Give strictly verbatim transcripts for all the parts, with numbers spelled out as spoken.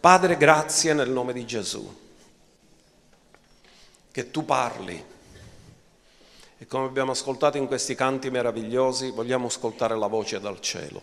Padre, grazie nel nome di Gesù, che tu parli. E come abbiamo ascoltato in questi canti meravigliosi, vogliamo ascoltare la voce dal cielo.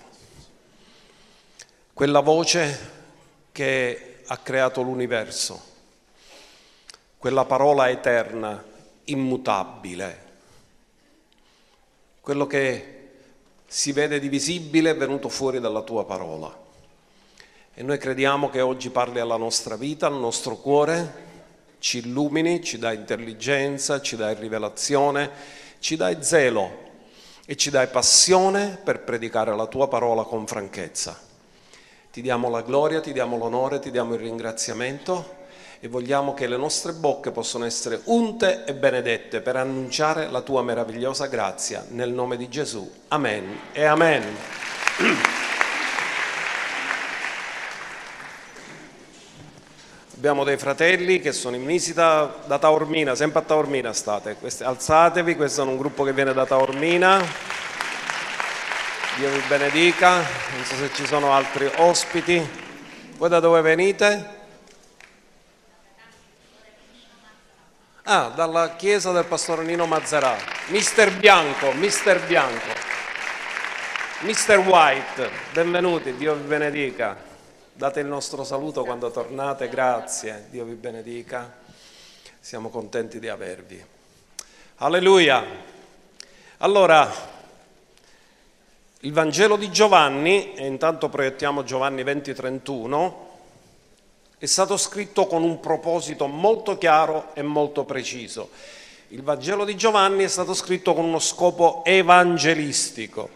Quella voce che ha creato l'universo, quella parola eterna, immutabile, quello che si vede di visibile è venuto fuori dalla tua parola. E noi crediamo che oggi parli alla nostra vita, al nostro cuore, ci illumini, ci dai intelligenza, ci dai rivelazione, ci dai zelo e ci dai passione per predicare la tua parola con franchezza. Ti diamo la gloria, ti diamo l'onore, ti diamo il ringraziamento e vogliamo che le nostre bocche possano essere unte e benedette per annunciare la tua meravigliosa grazia nel nome di Gesù. Amen e amen. Abbiamo dei fratelli che sono in visita da Taormina, sempre a Taormina state. Questi, alzatevi, questo è un gruppo che viene da Taormina. Dio vi benedica. Non so se ci sono altri ospiti. Voi da dove venite? Ah, dalla chiesa del pastore Nino Mazzarà. Mister Bianco, Mister Bianco. Mister White, benvenuti, Dio vi benedica. Date il nostro saluto quando tornate, grazie, Dio vi benedica, siamo contenti di avervi. Alleluia! Allora, il Vangelo di Giovanni, e intanto proiettiamo Giovanni venti trentuno, è stato scritto con un proposito molto chiaro e molto preciso. Il Vangelo di Giovanni è stato scritto con uno scopo evangelistico.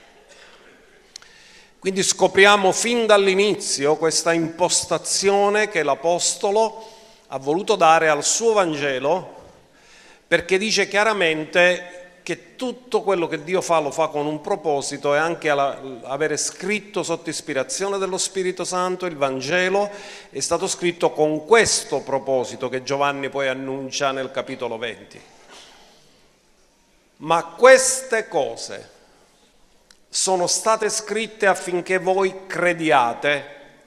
Quindi scopriamo fin dall'inizio questa impostazione che l'Apostolo ha voluto dare al suo Vangelo, perché dice chiaramente che tutto quello che Dio fa lo fa con un proposito, e anche avere scritto sotto ispirazione dello Spirito Santo il Vangelo è stato scritto con questo proposito che Giovanni poi annuncia nel capitolo venti. Ma queste cose sono state scritte affinché voi crediate.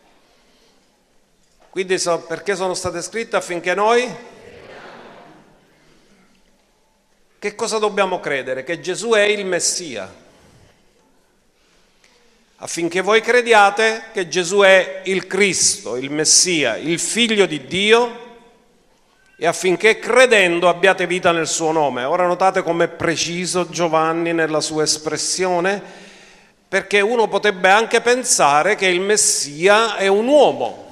Quindi so, perché sono state scritte? Affinché noi? Che cosa dobbiamo credere? Che Gesù è il Messia. Affinché voi crediate che Gesù è il Cristo, il Messia, il Figlio di Dio, e affinché credendo abbiate vita nel suo nome. Ora notate com'è preciso Giovanni nella sua espressione, perché uno potrebbe anche pensare che il Messia è un uomo,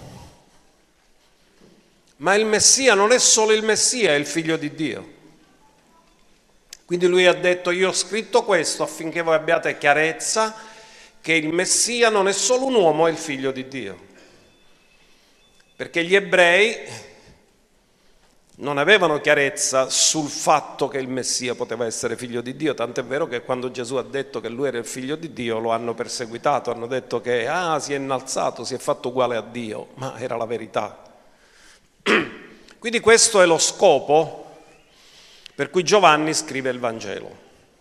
ma il Messia non è solo il Messia, è il Figlio di Dio. Quindi lui ha detto: io ho scritto questo affinché voi abbiate chiarezza che il Messia non è solo un uomo, è il Figlio di Dio. Perché gli ebrei non avevano chiarezza sul fatto che il Messia poteva essere figlio di Dio, tant'è vero che quando Gesù ha detto che lui era il figlio di Dio lo hanno perseguitato, hanno detto che ah, si è innalzato, si è fatto uguale a Dio, ma era la verità. Quindi questo è lo scopo per cui Giovanni scrive il Vangelo.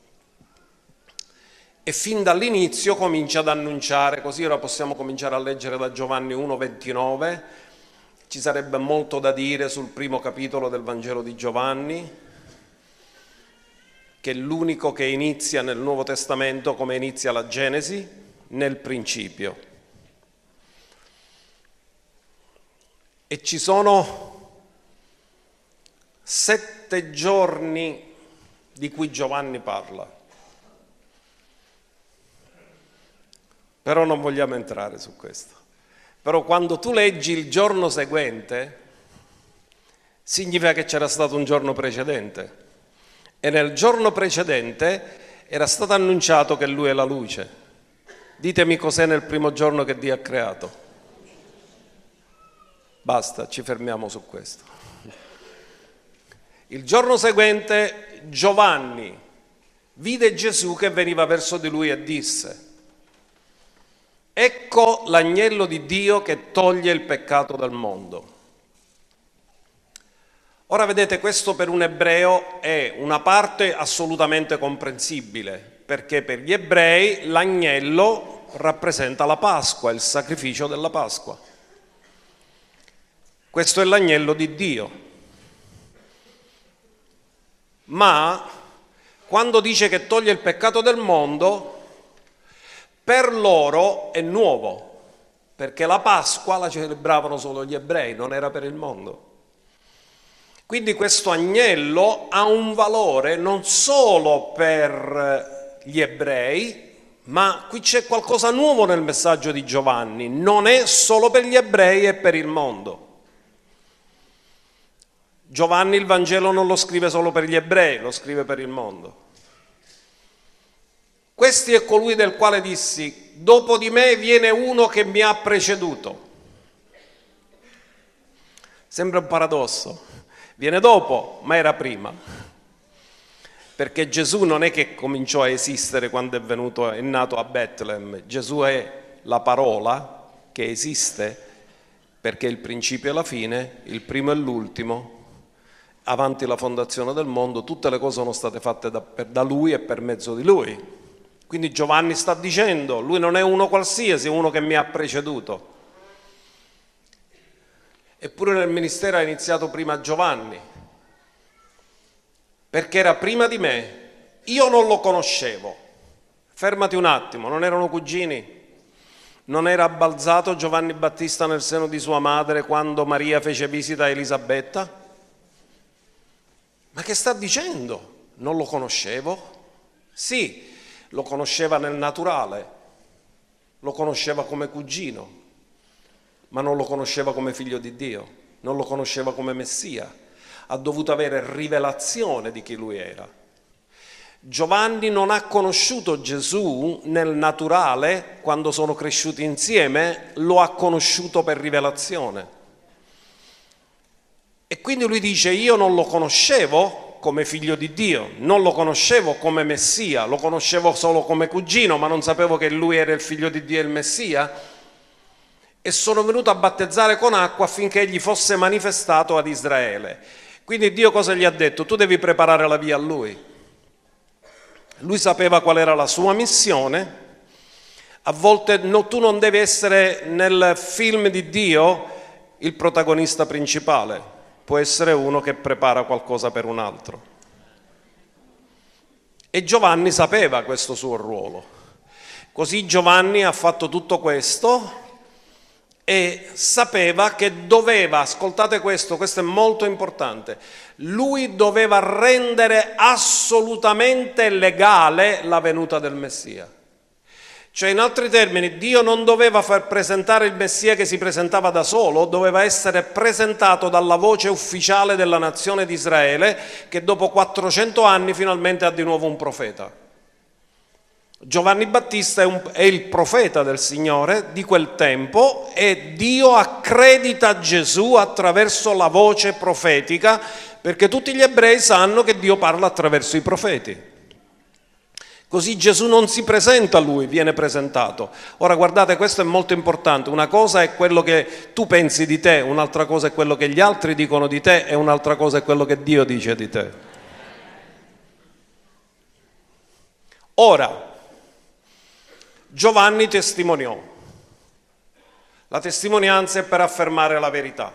E fin dall'inizio comincia ad annunciare, così ora possiamo cominciare a leggere da Giovanni uno ventinove. Ci sarebbe molto da dire sul primo capitolo del Vangelo di Giovanni, che è l'unico che inizia nel Nuovo Testamento come inizia la Genesi, nel principio. E ci sono sette giorni di cui Giovanni parla. Però non vogliamo entrare su questo. Però quando tu leggi il giorno seguente, significa che c'era stato un giorno precedente. E nel giorno precedente era stato annunciato che lui è la luce. Ditemi cos'è nel primo giorno che Dio ha creato. Basta, ci fermiamo su questo. Il giorno seguente Giovanni vide Gesù che veniva verso di lui e disse: ecco l'agnello di Dio che toglie il peccato dal mondo. Ora vedete, questo per un ebreo è una parte assolutamente comprensibile, perché per gli ebrei l'agnello rappresenta la Pasqua, il sacrificio della Pasqua. Questo è l'agnello di Dio. Ma quando dice che toglie il peccato del mondo, per loro è nuovo, perché la Pasqua la celebravano solo gli ebrei, non era per il mondo. Quindi questo agnello ha un valore non solo per gli ebrei, ma qui c'è qualcosa nuovo nel messaggio di Giovanni, non è solo per gli ebrei e per il mondo. Giovanni il Vangelo non lo scrive solo per gli ebrei, lo scrive per il mondo. Questi è colui del quale dissi: dopo di me viene uno che mi ha preceduto. Sembra un paradosso, viene dopo, ma era prima. Perché Gesù non è che cominciò a esistere quando è venuto, è nato a Betlemme. Gesù è la parola che esiste perché è il principio e la fine, il primo e l'ultimo. Avanti la fondazione del mondo, tutte le cose sono state fatte da, per, da Lui e per mezzo di Lui. Quindi Giovanni sta dicendo, Lui non è uno qualsiasi, è uno che mi ha preceduto. Eppure nel ministero ha iniziato prima Giovanni, perché era prima di me. Io non lo conoscevo. Fermati un attimo, non erano cugini? Non era balzato Giovanni Battista nel seno di sua madre quando Maria fece visita a Elisabetta? Ma che sta dicendo? Non lo conoscevo? Sì, lo conosceva nel naturale, lo conosceva come cugino, ma non lo conosceva come figlio di Dio, non lo conosceva come Messia. Ha dovuto avere rivelazione di chi lui era. Giovanni non ha conosciuto Gesù nel naturale quando sono cresciuti insieme, lo ha conosciuto per rivelazione. E quindi lui dice: io non lo conoscevo come figlio di Dio, non lo conoscevo come Messia, lo conoscevo solo come cugino, ma non sapevo che lui era il figlio di Dio e il Messia, e sono venuto a battezzare con acqua affinché egli fosse manifestato ad Israele. Quindi Dio cosa gli ha detto? Tu devi preparare la via a lui. Lui sapeva qual era la sua missione. A volte no, tu non devi essere nel film di Dio il protagonista principale. Può essere uno che prepara qualcosa per un altro. E Giovanni sapeva questo suo ruolo. Così Giovanni ha fatto tutto questo e sapeva che doveva, ascoltate questo, questo è molto importante, lui doveva rendere assolutamente legale la venuta del Messia. Cioè, in altri termini, Dio non doveva far presentare il Messia che si presentava da solo, doveva essere presentato dalla voce ufficiale della nazione di Israele, che dopo quattrocento anni finalmente ha di nuovo un profeta. Giovanni Battista è, un, è il profeta del Signore di quel tempo e Dio accredita Gesù attraverso la voce profetica, perché tutti gli ebrei sanno che Dio parla attraverso i profeti. Così Gesù non si presenta a lui, viene presentato. Ora guardate, questo è molto importante. Una cosa è quello che tu pensi di te, un'altra cosa è quello che gli altri dicono di te e un'altra cosa è quello che Dio dice di te. Ora, Giovanni testimoniò. La testimonianza è per affermare la verità.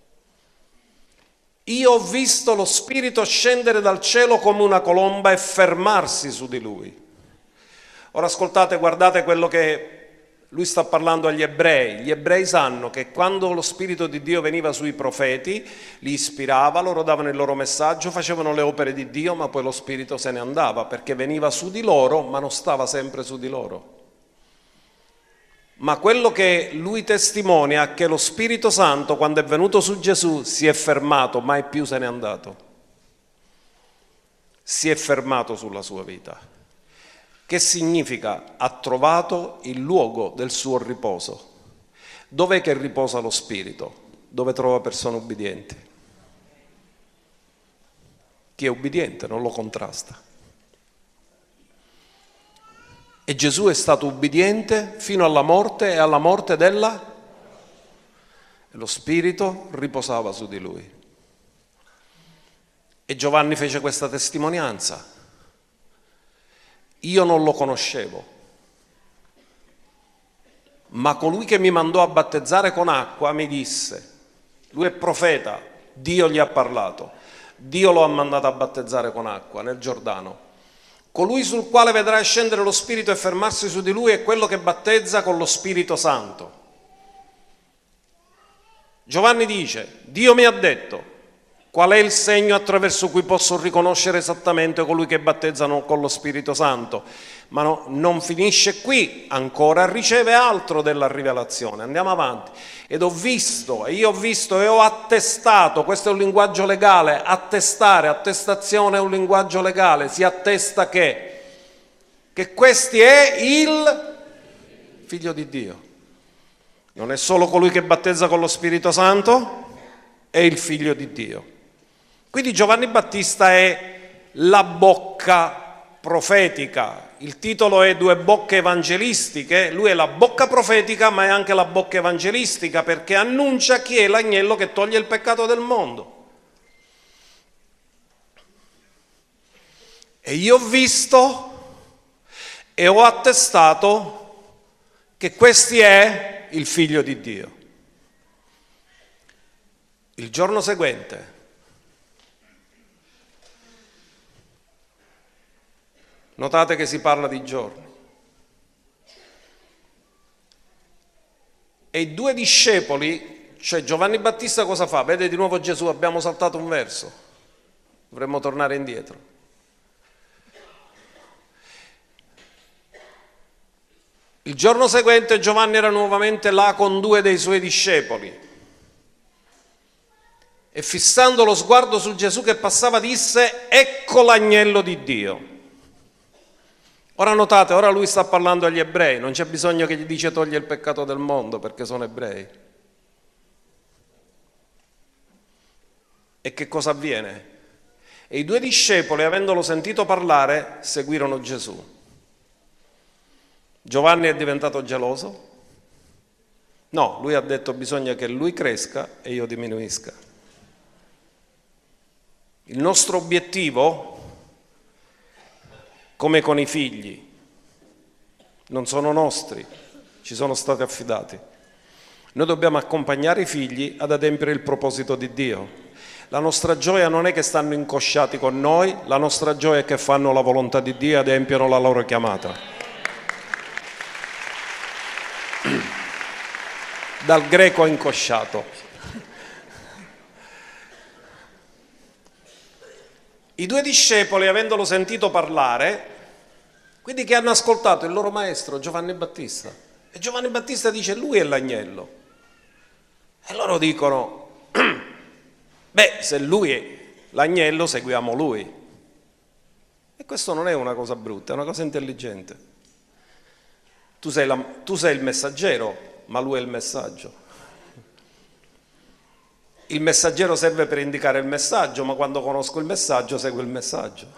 Io ho visto lo Spirito scendere dal cielo come una colomba e fermarsi su di lui. Ora ascoltate, guardate quello che lui sta parlando agli ebrei. Gli ebrei sanno che quando lo Spirito di Dio veniva sui profeti, li ispirava, loro davano il loro messaggio, facevano le opere di Dio, ma poi lo Spirito se ne andava, perché veniva su di loro, ma non stava sempre su di loro. Ma quello che lui testimonia è che lo Spirito Santo, quando è venuto su Gesù, si è fermato, mai più se n'è andato. Si è fermato sulla sua vita. Che significa? Ha trovato il luogo del suo riposo. Dov'è che riposa lo Spirito? Dove trova persone ubbidienti. Chi è ubbidiente non lo contrasta. E Gesù è stato ubbidiente fino alla morte e alla morte della... E lo Spirito riposava su di lui. E Giovanni fece questa testimonianza. Io non lo conoscevo, ma colui che mi mandò a battezzare con acqua mi disse: Lui è profeta, Dio gli ha parlato, Dio lo ha mandato a battezzare con acqua nel Giordano. Colui sul quale vedrà scendere lo Spirito e fermarsi su di lui è quello che battezza con lo Spirito Santo. Giovanni dice, Dio mi ha detto, qual è il segno attraverso cui posso riconoscere esattamente colui che battezzano con lo Spirito Santo? Ma no, non finisce qui, ancora riceve altro della rivelazione. Andiamo avanti. Ed ho visto, e io ho visto e ho attestato, questo è un linguaggio legale, attestare, attestazione è un linguaggio legale, si attesta che, che questi è il Figlio di Dio. Non è solo colui che battezza con lo Spirito Santo, è il Figlio di Dio. Quindi Giovanni Battista è la bocca profetica. Il titolo è Due bocche evangelistiche. Lui è la bocca profetica, ma è anche la bocca evangelistica, perché annuncia chi è l'agnello che toglie il peccato del mondo. E io ho visto e ho attestato che questi è il Figlio di Dio. Il giorno seguente, notate che si parla di giorni, e i due discepoli, cioè Giovanni Battista cosa fa? Vede di nuovo Gesù, abbiamo saltato un verso, dovremmo tornare indietro. Il giorno seguente Giovanni era nuovamente là con due dei suoi discepoli e fissando lo sguardo su Gesù che passava disse: ecco l'agnello di Dio. Ora notate, ora lui sta parlando agli ebrei, non c'è bisogno che gli dice toglie il peccato del mondo perché sono ebrei. E che cosa avviene? E i due discepoli, avendolo sentito parlare, seguirono Gesù. Giovanni è diventato geloso? No, lui ha detto bisogna che lui cresca e io diminuisca. Il nostro obiettivo, come con i figli, non sono nostri, ci sono stati affidati. Noi dobbiamo accompagnare i figli ad adempiere il proposito di Dio. La nostra gioia non è che stanno incosciati con noi, la nostra gioia è che fanno la volontà di Dio e adempiono la loro chiamata. Dal greco incosciato. I due discepoli, avendolo sentito parlare, quindi che hanno ascoltato il loro maestro Giovanni Battista, e Giovanni Battista dice lui è l'agnello, e loro dicono beh, se lui è l'agnello seguiamo lui. E questo non è una cosa brutta, è una cosa intelligente. Tu sei, la, tu sei il messaggero, ma lui è il messaggio. Il messaggero serve per indicare il messaggio, ma quando conosco il messaggio seguo il messaggio.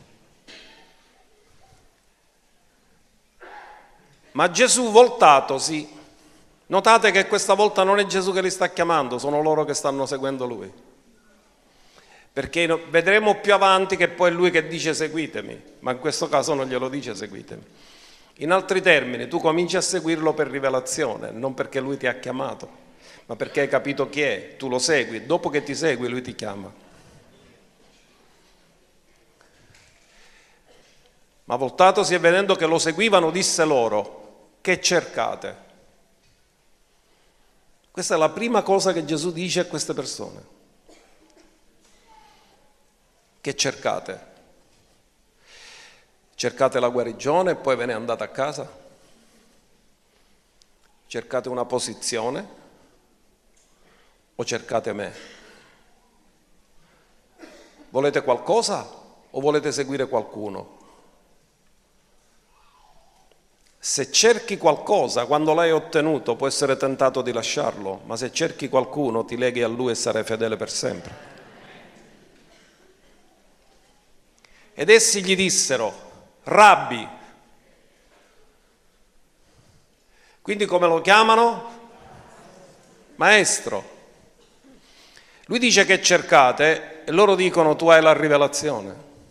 Ma Gesù voltatosi, notate che questa volta non è Gesù che li sta chiamando, sono loro che stanno seguendo lui. Perché vedremo più avanti che poi è lui che dice seguitemi, ma in questo caso non glielo dice seguitemi. In altri termini, tu cominci a seguirlo per rivelazione, non perché lui ti ha chiamato, ma perché hai capito chi è, tu lo segui, dopo che ti segui lui ti chiama. Ma voltatosi e vedendo che lo seguivano disse loro: che cercate? Questa è la prima cosa che Gesù dice a queste persone. Che cercate? Cercate la guarigione e poi ve ne andate a casa? Cercate una posizione o cercate me? Volete qualcosa o volete seguire qualcuno? Se cerchi qualcosa, quando l'hai ottenuto, puoi essere tentato di lasciarlo, ma se cerchi qualcuno ti leghi a lui e sarai fedele per sempre. Ed essi gli dissero: Rabbi, quindi come lo chiamano? Maestro. Lui dice che cercate e loro dicono tu hai la rivelazione.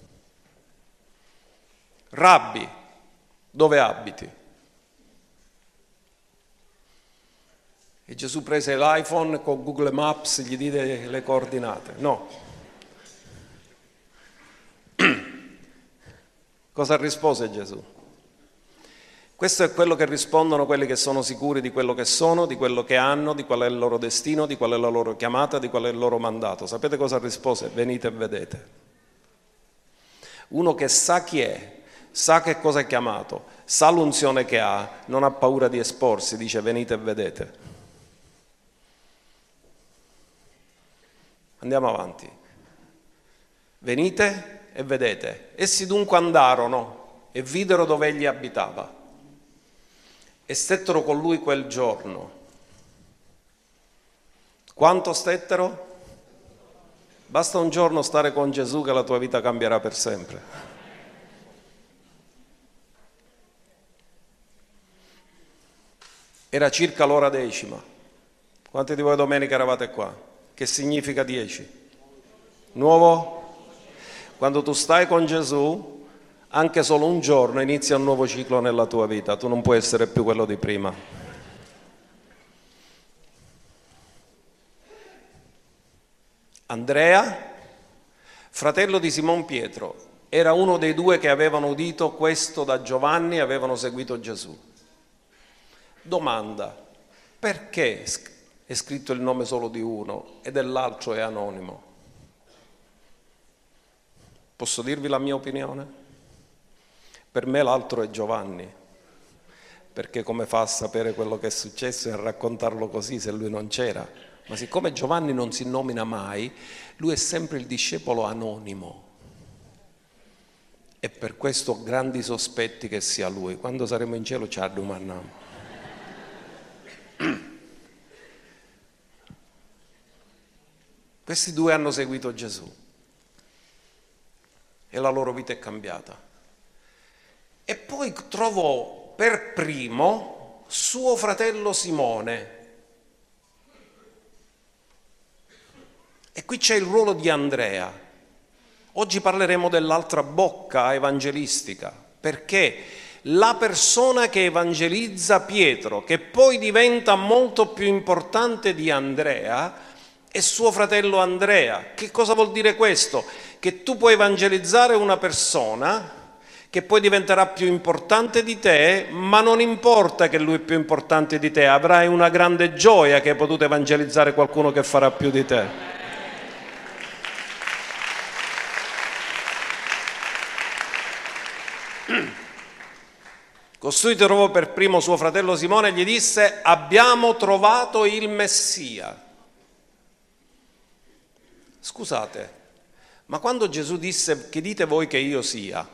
Rabbi, dove abiti? E Gesù prese l'iPhone con Google Maps, gli diede le coordinate. No. Cosa rispose Gesù? Questo è quello che rispondono quelli che sono sicuri di quello che sono, di quello che hanno, di qual è il loro destino, di qual è la loro chiamata, di qual è il loro mandato. Sapete cosa rispose? Venite e vedete. Uno che sa chi è, sa che cosa è chiamato, sa l'unzione che ha, non ha paura di esporsi, dice venite e vedete. Andiamo avanti. Venite e vedete. Essi dunque andarono e videro dove egli abitava e stettero con lui quel giorno. Quanto stettero? Basta un giorno stare con Gesù che la tua vita cambierà per sempre. Era circa l'ora decima. Quanti di voi domenica eravate qua? Che significa dieci? Nuovo? Quando tu stai con Gesù, anche solo un giorno inizia un nuovo ciclo nella tua vita. Tu non puoi essere più quello di prima. Andrea, fratello di Simon Pietro, era uno dei due che avevano udito questo da Giovanni e avevano seguito Gesù. Domanda: perché è scritto il nome solo di uno e dell'altro è anonimo? Posso dirvi la mia opinione? Per me l'altro è Giovanni, perché come fa a sapere quello che è successo e a raccontarlo così se lui non c'era? Ma siccome Giovanni non si nomina mai, lui è sempre il discepolo anonimo. E per questo ho grandi sospetti che sia lui. Quando saremo in cielo ci addomandiamo. Questi due hanno seguito Gesù e la loro vita è cambiata. E poi trovò per primo suo fratello Simone. E qui c'è il ruolo di Andrea. Oggi parleremo dell'altra bocca evangelistica, perché la persona che evangelizza Pietro, che poi diventa molto più importante di Andrea, è suo fratello Andrea. Che cosa vuol dire questo? Che tu puoi evangelizzare una persona che poi diventerà più importante di te, ma non importa che lui è più importante di te, avrai una grande gioia che hai potuto evangelizzare qualcuno che farà più di te. Costui trovò per primo suo fratello Simone e gli disse: abbiamo trovato il Messia. Scusate, ma quando Gesù disse che dite voi che io sia,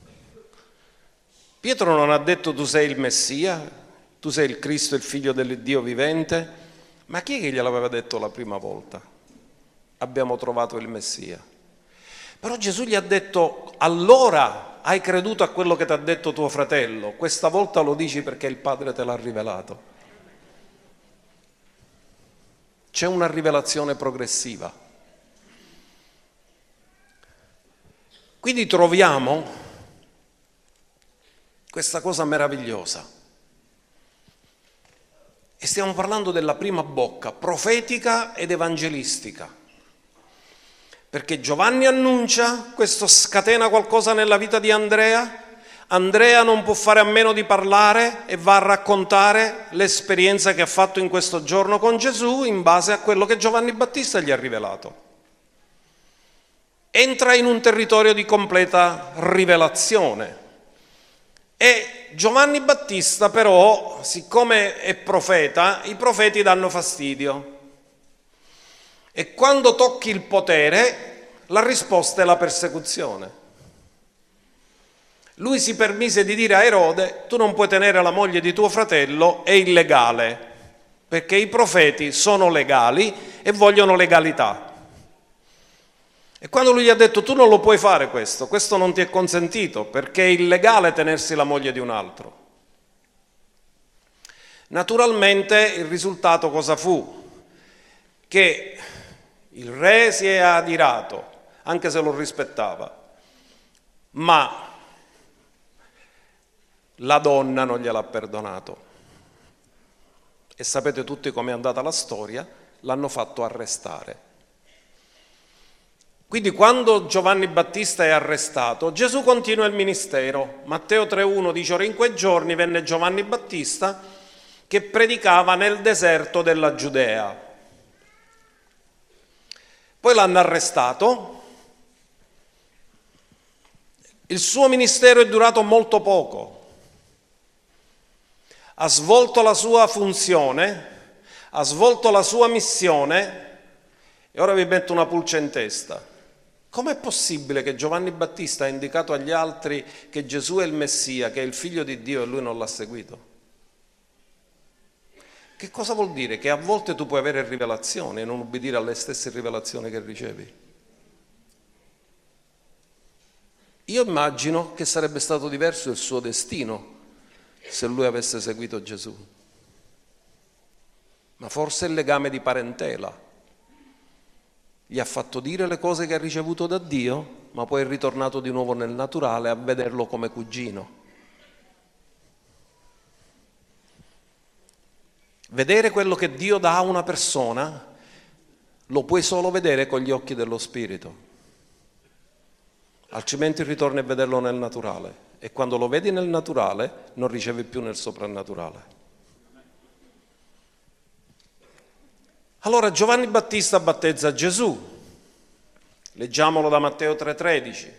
Pietro non ha detto tu sei il Messia, tu sei il Cristo, il figlio del Dio vivente? Ma chi è che gliel'aveva detto la prima volta? Abbiamo trovato il Messia. Però Gesù gli ha detto: allora hai creduto a quello che ti ha detto tuo fratello, questa volta lo dici perché il Padre te l'ha rivelato. C'è una rivelazione progressiva. Quindi troviamo questa cosa meravigliosa. E stiamo parlando della prima bocca, profetica ed evangelistica. Perché Giovanni annuncia, questo scatena qualcosa nella vita di Andrea, Andrea non può fare a meno di parlare e va a raccontare l'esperienza che ha fatto in questo giorno con Gesù in base a quello che Giovanni Battista gli ha rivelato. Entra in un territorio di completa rivelazione e Giovanni Battista però, siccome è profeta, i profeti danno fastidio e quando tocchi il potere la risposta è la persecuzione. Lui si permise di dire a Erode: tu non puoi tenere la moglie di tuo fratello, è illegale, perché i profeti sono legali e vogliono legalità. E quando lui gli ha detto: tu non lo puoi fare questo, questo non ti è consentito, perché è illegale tenersi la moglie di un altro. Naturalmente il risultato cosa fu? Che il re si è adirato, anche se lo rispettava, ma la donna non gliel'ha perdonato. E sapete tutti com'è andata la storia, l'hanno fatto arrestare. Quindi quando Giovanni Battista è arrestato, Gesù continua il ministero. Matteo tre uno dice: ora in quei giorni venne Giovanni Battista che predicava nel deserto della Giudea. Poi l'hanno arrestato. Il suo ministero è durato molto poco. Ha svolto la sua funzione, ha svolto la sua missione e ora vi metto una pulce in testa. Com'è possibile che Giovanni Battista ha indicato agli altri che Gesù è il Messia, che è il Figlio di Dio, e lui non l'ha seguito? Che cosa vuol dire? Che a volte tu puoi avere rivelazioni e non ubbidire alle stesse rivelazioni che ricevi. Io immagino che sarebbe stato diverso il suo destino se lui avesse seguito Gesù. Ma forse il legame di parentela gli ha fatto dire le cose che ha ricevuto da Dio, ma poi è ritornato di nuovo nel naturale a vederlo come cugino. Vedere quello che Dio dà a una persona lo puoi solo vedere con gli occhi dello Spirito, altrimenti ritorni a vederlo nel naturale, e quando lo vedi nel naturale non ricevi più nel soprannaturale. Allora Giovanni Battista battezza Gesù, leggiamolo da Matteo tre tredici.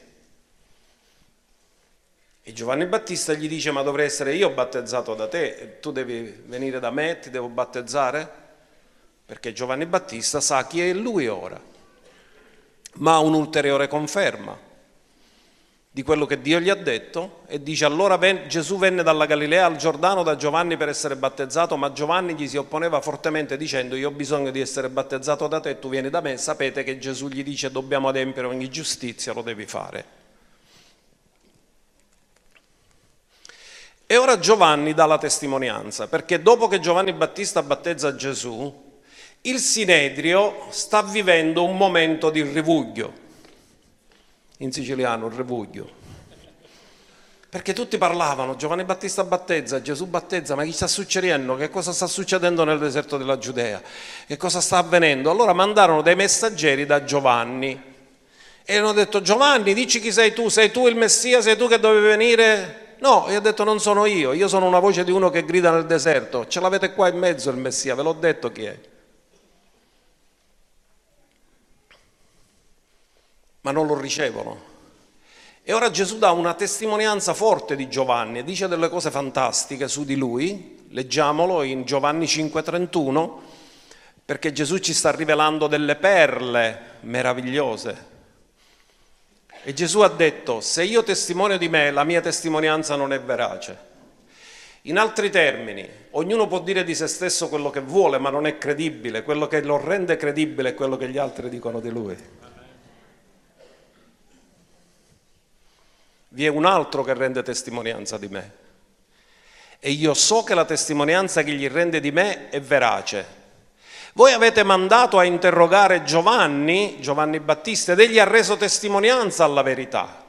E Giovanni Battista gli dice: ma dovrei essere io battezzato da te, tu devi venire da me, ti devo battezzare? Perché Giovanni Battista sa chi è lui ora, ma ha un'ulteriore conferma di quello che Dio gli ha detto, e dice: allora ven- Gesù venne dalla Galilea al Giordano da Giovanni per essere battezzato, ma Giovanni gli si opponeva fortemente dicendo: io ho bisogno di essere battezzato da te, tu vieni da me. Sapete che Gesù gli dice: dobbiamo adempiere ogni giustizia, lo devi fare. E ora Giovanni dà la testimonianza, perché dopo che Giovanni Battista battezza Gesù, il Sinedrio sta vivendo un momento di rivuglio. In siciliano, il rivuglio. Perché tutti parlavano: Giovanni Battista battezza, Gesù battezza, ma chi sta succedendo? Che cosa sta succedendo nel deserto della Giudea? Che cosa sta avvenendo? Allora mandarono dei messaggeri da Giovanni e hanno detto: Giovanni, dici chi sei tu? Sei tu il Messia? Sei tu che dovevi venire? No, e ha detto: non sono io, io sono una voce di uno che grida nel deserto. Ce l'avete qua in mezzo il Messia, ve l'ho detto chi è. Ma non lo ricevono. E ora Gesù dà una testimonianza forte di Giovanni e dice delle cose fantastiche su di lui. Leggiamolo in Giovanni cinque trentuno, perché Gesù ci sta rivelando delle perle meravigliose. E Gesù ha detto: se io testimonio di me, la mia testimonianza non è verace. In altri termini, ognuno può dire di se stesso quello che vuole, ma non è credibile. Quello che lo rende credibile è quello che gli altri dicono di lui. Vi è un altro che rende testimonianza di me, e io so che la testimonianza che gli rende di me è verace. Voi avete mandato a interrogare Giovanni, Giovanni Battista, ed egli ha reso testimonianza alla verità.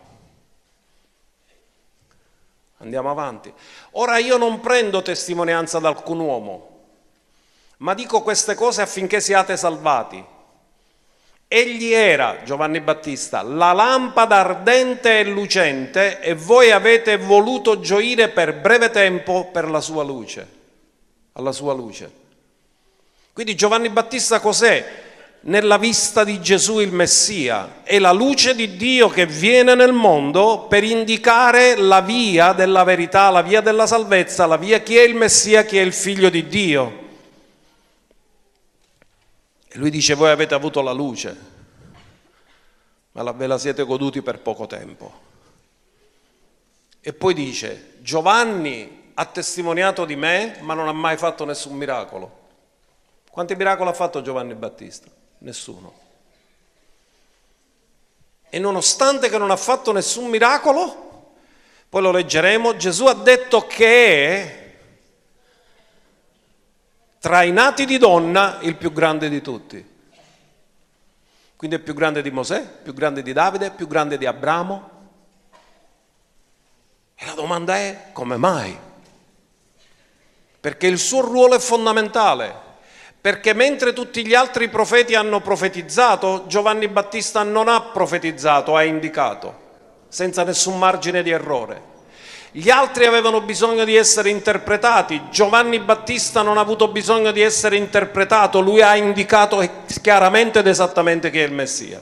Andiamo avanti. Ora io non prendo testimonianza da alcun uomo, ma dico queste cose affinché siate salvati. Egli era, Giovanni Battista, la lampada ardente e lucente, e voi avete voluto gioire per breve tempo per la sua luce, alla sua luce. Quindi Giovanni Battista cos'è? Nella vista di Gesù il Messia, è la luce di Dio che viene nel mondo per indicare la via della verità, la via della salvezza, la via chi è il Messia, chi è il Figlio di Dio. E lui dice: voi avete avuto la luce, ma ve la siete goduti per poco tempo. E poi dice: Giovanni ha testimoniato di me, ma non ha mai fatto nessun miracolo. Quanti miracoli ha fatto Giovanni Battista? Nessuno. E nonostante che non ha fatto nessun miracolo, poi lo leggeremo, Gesù ha detto che è tra i nati di donna il più grande di tutti. Quindi è più grande di Mosè, più grande di Davide, più grande di Abramo. E la domanda è: come mai? perché il suo ruolo è fondamentale, perché mentre tutti gli altri profeti hanno profetizzato, Giovanni Battista non ha profetizzato, ha indicato, senza nessun margine di errore. Gli altri avevano bisogno di essere interpretati, Giovanni Battista non ha avuto bisogno di essere interpretato, lui ha indicato chiaramente ed esattamente chi è il Messia.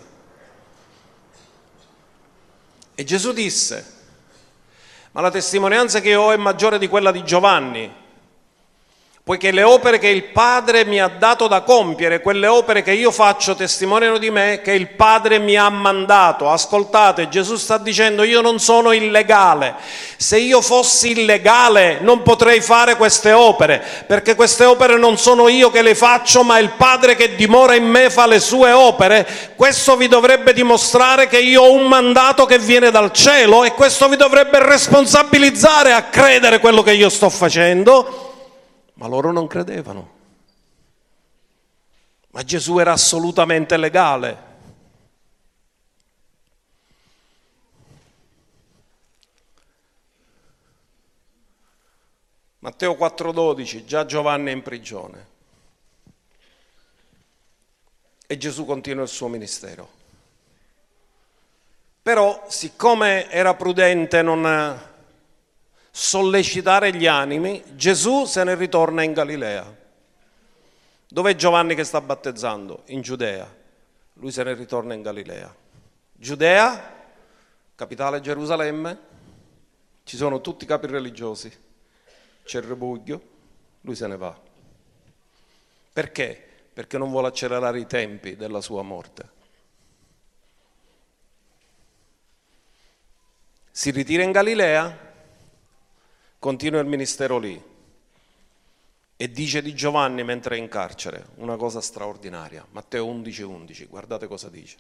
E Gesù disse: ma la testimonianza che ho è maggiore di quella di Giovanni, poiché le opere che il Padre mi ha dato da compiere, quelle opere che io faccio, testimoniano di me che il Padre mi ha mandato. Ascoltate, Gesù sta dicendo: io non sono illegale. Se io fossi illegale non potrei fare queste opere, perché queste opere non sono io che le faccio, ma il Padre che dimora in me fa le sue opere. Questo vi dovrebbe dimostrare che io ho un mandato che viene dal cielo, e questo vi dovrebbe responsabilizzare a credere quello che io sto facendo. Ma loro non credevano. Ma Gesù era assolutamente legale. Matteo quattro dodici, già Giovanni è in prigione. E Gesù continua il suo ministero. Però, siccome era prudente non sollecitare gli animi, Gesù se ne ritorna in Galilea. Dov'è Giovanni che sta battezzando? In Giudea. Lui se ne ritorna in Galilea. Giudea, capitale Gerusalemme, ci sono tutti i capi religiosi, c'è il ribuglio, lui se ne va. Perché? Perché non vuole accelerare i tempi della sua morte. Si ritira in Galilea, continua il ministero lì e dice di Giovanni mentre è in carcere una cosa straordinaria. Matteo undici undici, guardate cosa dice.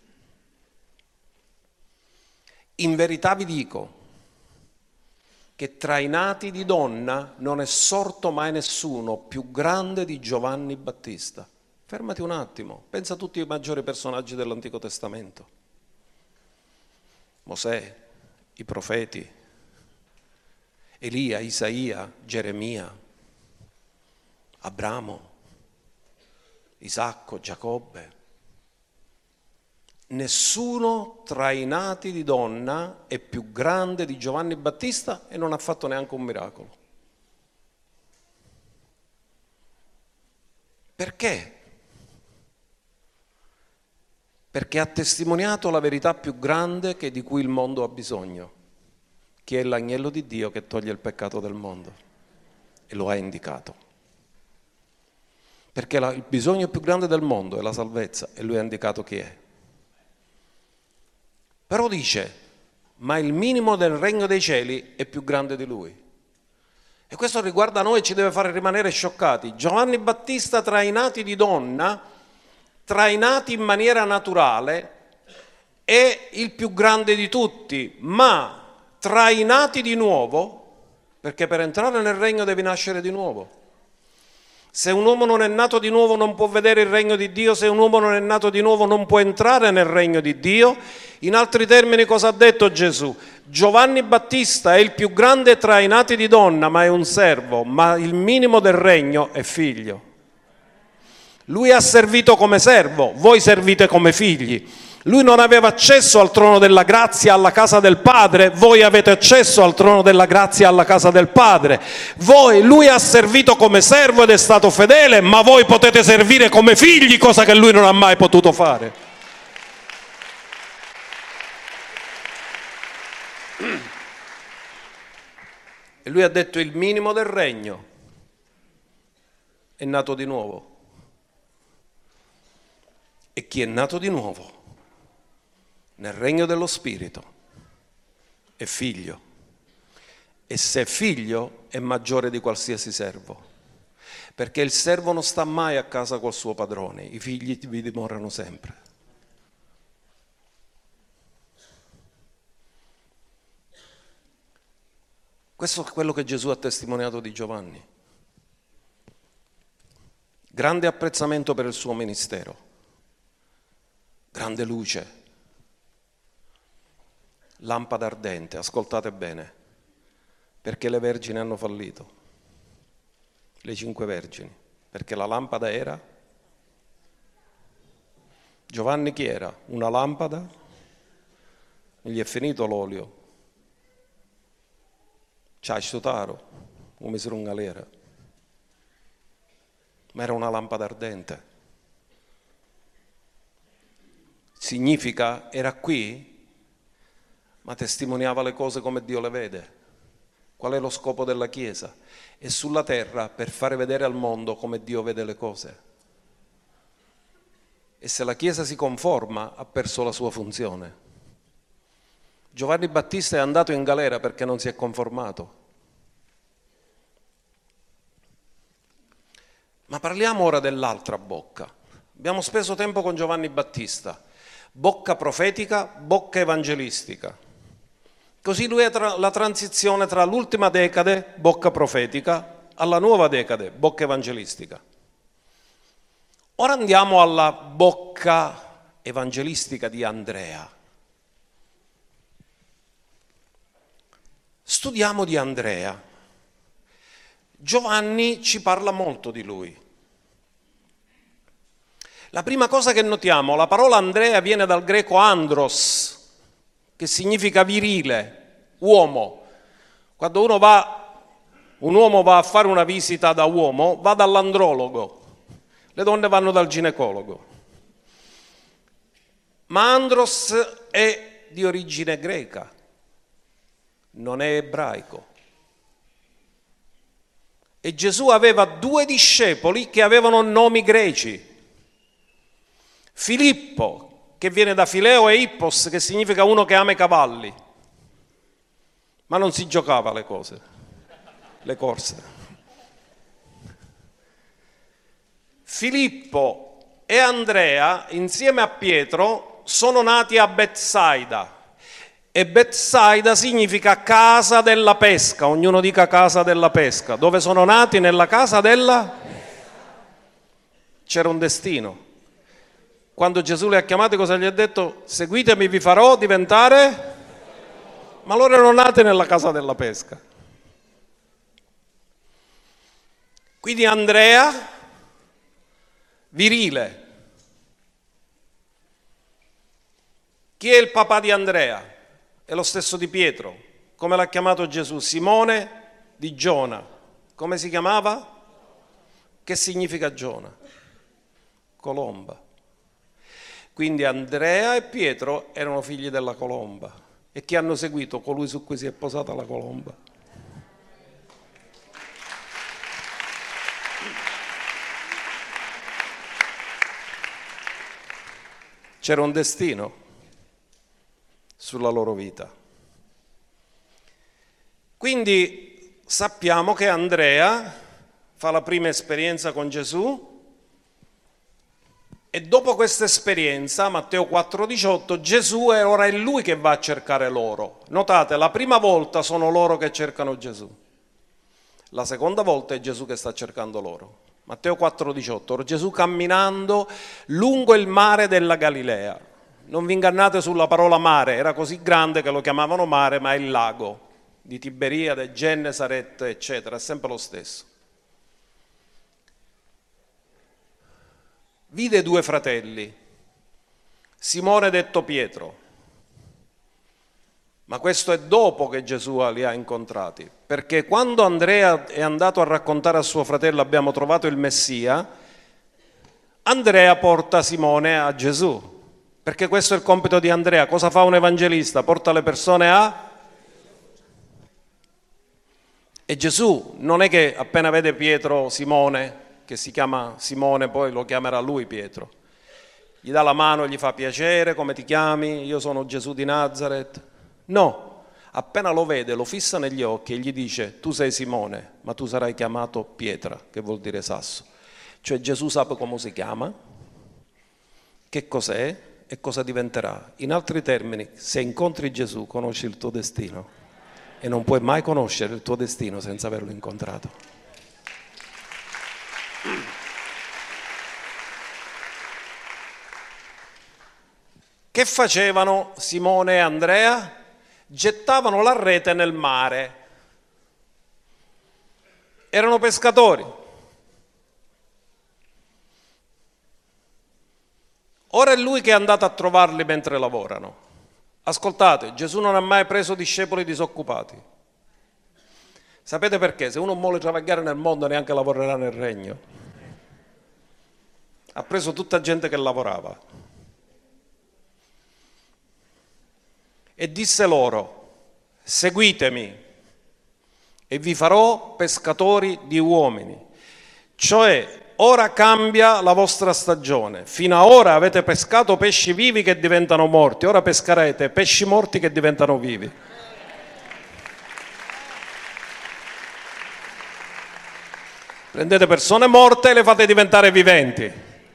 In verità vi dico che tra i nati di donna non è sorto mai nessuno più grande di Giovanni Battista. Fermati un attimo, pensa a tutti i maggiori personaggi dell'Antico Testamento. Mosè, i profeti, Elia, Isaia, Geremia, Abramo, Isacco, Giacobbe. Nessuno tra i nati di donna è più grande di Giovanni Battista e non ha fatto neanche un miracolo. Perché? Perché ha testimoniato la verità più grande che di cui il mondo ha bisogno, che è l'agnello di Dio che toglie il peccato del mondo, e lo ha indicato. Perché la, il bisogno più grande del mondo è la salvezza, e lui ha indicato chi è. Però dice: ma il minimo del regno dei cieli è più grande di lui. E questo riguarda noi e ci deve fare rimanere scioccati. Giovanni Battista, tra i nati di donna, tra i nati in maniera naturale, è il più grande di tutti, ma tra i nati di nuovo, perché per entrare nel regno devi nascere di nuovo. Se un uomo non è nato di nuovo non può vedere il regno di Dio, se un uomo non è nato di nuovo non può entrare nel regno di Dio. In altri termini, cosa ha detto Gesù? Giovanni Battista è il più grande tra i nati di donna, ma è un servo, ma il minimo del regno è figlio. Lui ha servito come servo, voi servite come figli. Lui non aveva accesso al trono della grazia alla casa del Padre, voi avete accesso al trono della grazia alla casa del Padre. Voi, lui ha servito come servo ed è stato fedele, ma voi potete servire come figli, cosa che lui non ha mai potuto fare. E lui ha detto: il minimo del regno è nato di nuovo. E chi è nato di nuovo nel regno dello Spirito è figlio, e se è figlio è maggiore di qualsiasi servo, perché il servo non sta mai a casa col suo padrone, i figli vi dimorano sempre. Questo è quello che Gesù ha testimoniato di Giovanni. Grande apprezzamento per il suo ministero, grande luce, lampada ardente. Ascoltate bene, perché le vergini hanno fallito, le cinque vergini, perché la lampada era... Giovanni chi era? Una lampada? Gli è finito l'olio. C'ha stutaro, come se non galera. Ma era una lampada ardente. Significa, era qui, ma testimoniava le cose come Dio le vede. Qual è lo scopo della Chiesa? È sulla terra per fare vedere al mondo come Dio vede le cose. E se la Chiesa si conforma, ha perso la sua funzione. Giovanni Battista è andato in galera perché non si è conformato. Ma parliamo ora dell'altra bocca. Abbiamo speso tempo con Giovanni Battista. Bocca profetica, bocca evangelistica. Così lui è tra la transizione tra l'ultima decade, bocca profetica, alla nuova decade, bocca evangelistica. Ora andiamo alla bocca evangelistica di Andrea. Studiamo di Andrea. Giovanni ci parla molto di lui. La prima cosa che notiamo, la parola Andrea viene dal greco andros, che significa virile, uomo. Quando uno va, un uomo va a fare una visita da uomo, va dall'andrologo. Le donne vanno dal ginecologo. Ma andros è di origine greca, non è ebraico. E Gesù aveva due discepoli che avevano nomi greci. Filippo, che viene da Fileo, e Ippos, che significa uno che ama i cavalli. Ma non si giocava le cose, le corse. Filippo e Andrea, insieme a Pietro, sono nati a Betsaida. E Betsaida significa casa della pesca, ognuno dica casa della pesca. Dove sono nati? Nella casa della pesca. C'era un destino. Quando Gesù li ha chiamati, cosa gli ha detto? Seguitemi, vi farò diventare... Ma loro erano nati nella casa della pesca. Quindi Andrea, virile. Chi è il papà di Andrea? È lo stesso di Pietro. Come l'ha chiamato Gesù? Simone di Giona. Come si chiamava? Che significa Giona? Colomba. Quindi Andrea e Pietro erano figli della colomba. E chi hanno seguito? Colui su cui si è posata la colomba. C'era un destino sulla loro vita. Quindi sappiamo che Andrea fa la prima esperienza con Gesù e dopo questa esperienza, Matteo quattro diciotto, Gesù è ora è lui che va a cercare loro. Notate, la prima volta sono loro che cercano Gesù. La seconda volta è Gesù che sta cercando loro. Matteo quattro diciotto, Gesù camminando lungo il mare della Galilea. Non vi ingannate sulla parola mare, era così grande che lo chiamavano mare, ma è il lago di Tiberiade, Gennesaret, eccetera, è sempre lo stesso. Vide due fratelli, Simone detto Pietro, ma questo è dopo che Gesù li ha incontrati, perché quando Andrea è andato a raccontare a suo fratello abbiamo trovato il Messia, Andrea porta Simone a Gesù, perché questo è il compito di Andrea. Cosa fa un evangelista? Porta le persone a... E Gesù non è che appena vede Pietro, Simone, che si chiama Simone, poi lo chiamerà lui Pietro, gli dà la mano e gli fa piacere, come ti chiami? Io sono Gesù di Nazaret. No, appena lo vede, lo fissa negli occhi e gli dice tu sei Simone, ma tu sarai chiamato Pietra, che vuol dire sasso. Cioè Gesù sa come si chiama, che cos'è e cosa diventerà. In altri termini, se incontri Gesù conosci il tuo destino e non puoi mai conoscere il tuo destino senza averlo incontrato. Che facevano Simone e Andrea? Gettavano la rete nel mare. Erano pescatori, Ora è lui che è andato a trovarli mentre lavorano. Ascoltate, Gesù non ha mai preso discepoli disoccupati. Sapete perché? Se uno vuole travagliare nel mondo neanche lavorerà nel regno. Ha preso tutta gente che lavorava. E disse loro, seguitemi e vi farò pescatori di uomini. Cioè, ora cambia la vostra stagione. Fino ad ora avete pescato pesci vivi che diventano morti, ora pescherete pesci morti che diventano vivi. Prendete persone morte e le fate diventare viventi.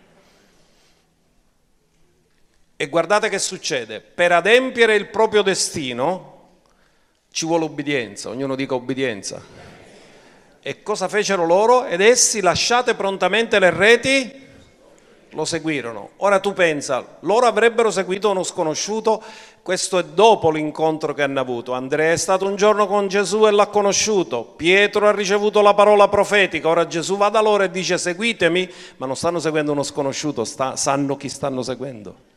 E guardate che succede. Per adempiere il proprio destino ci vuole obbedienza, ognuno dica obbedienza. E cosa fecero loro? Ed essi, lasciate prontamente le reti, lo seguirono. Ora tu pensa, loro avrebbero seguito uno sconosciuto, questo è dopo l'incontro che hanno avuto. Andrea è stato un giorno con Gesù e l'ha conosciuto, Pietro ha ricevuto la parola profetica, ora Gesù va da loro e dice seguitemi, ma non stanno seguendo uno sconosciuto, sta, sanno chi stanno seguendo.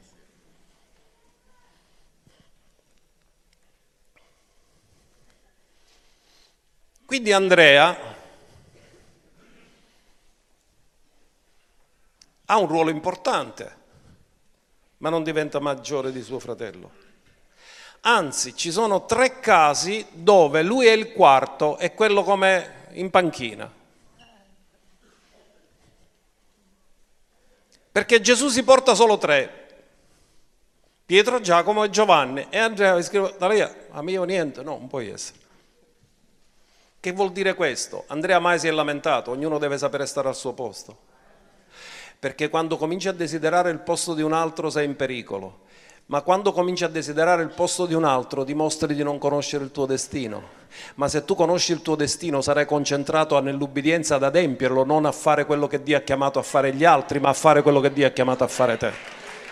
Quindi Andrea ha un ruolo importante, ma non diventa maggiore di suo fratello. Anzi, ci sono tre casi dove lui è il quarto e quello come in panchina. Perché Gesù si porta solo tre, Pietro, Giacomo e Giovanni, e Andrea scrive, da lì, a mio niente, no, non può essere. Che vuol dire questo? Andrea mai si è lamentato, ognuno deve sapere stare al suo posto. Perché quando cominci a desiderare il posto di un altro sei in pericolo, ma quando cominci a desiderare il posto di un altro dimostri di non conoscere il tuo destino. Ma se tu conosci il tuo destino sarai concentrato nell'ubbidienza ad adempierlo, non a fare quello che Dio ha chiamato a fare gli altri, ma a fare quello che Dio ha chiamato a fare te.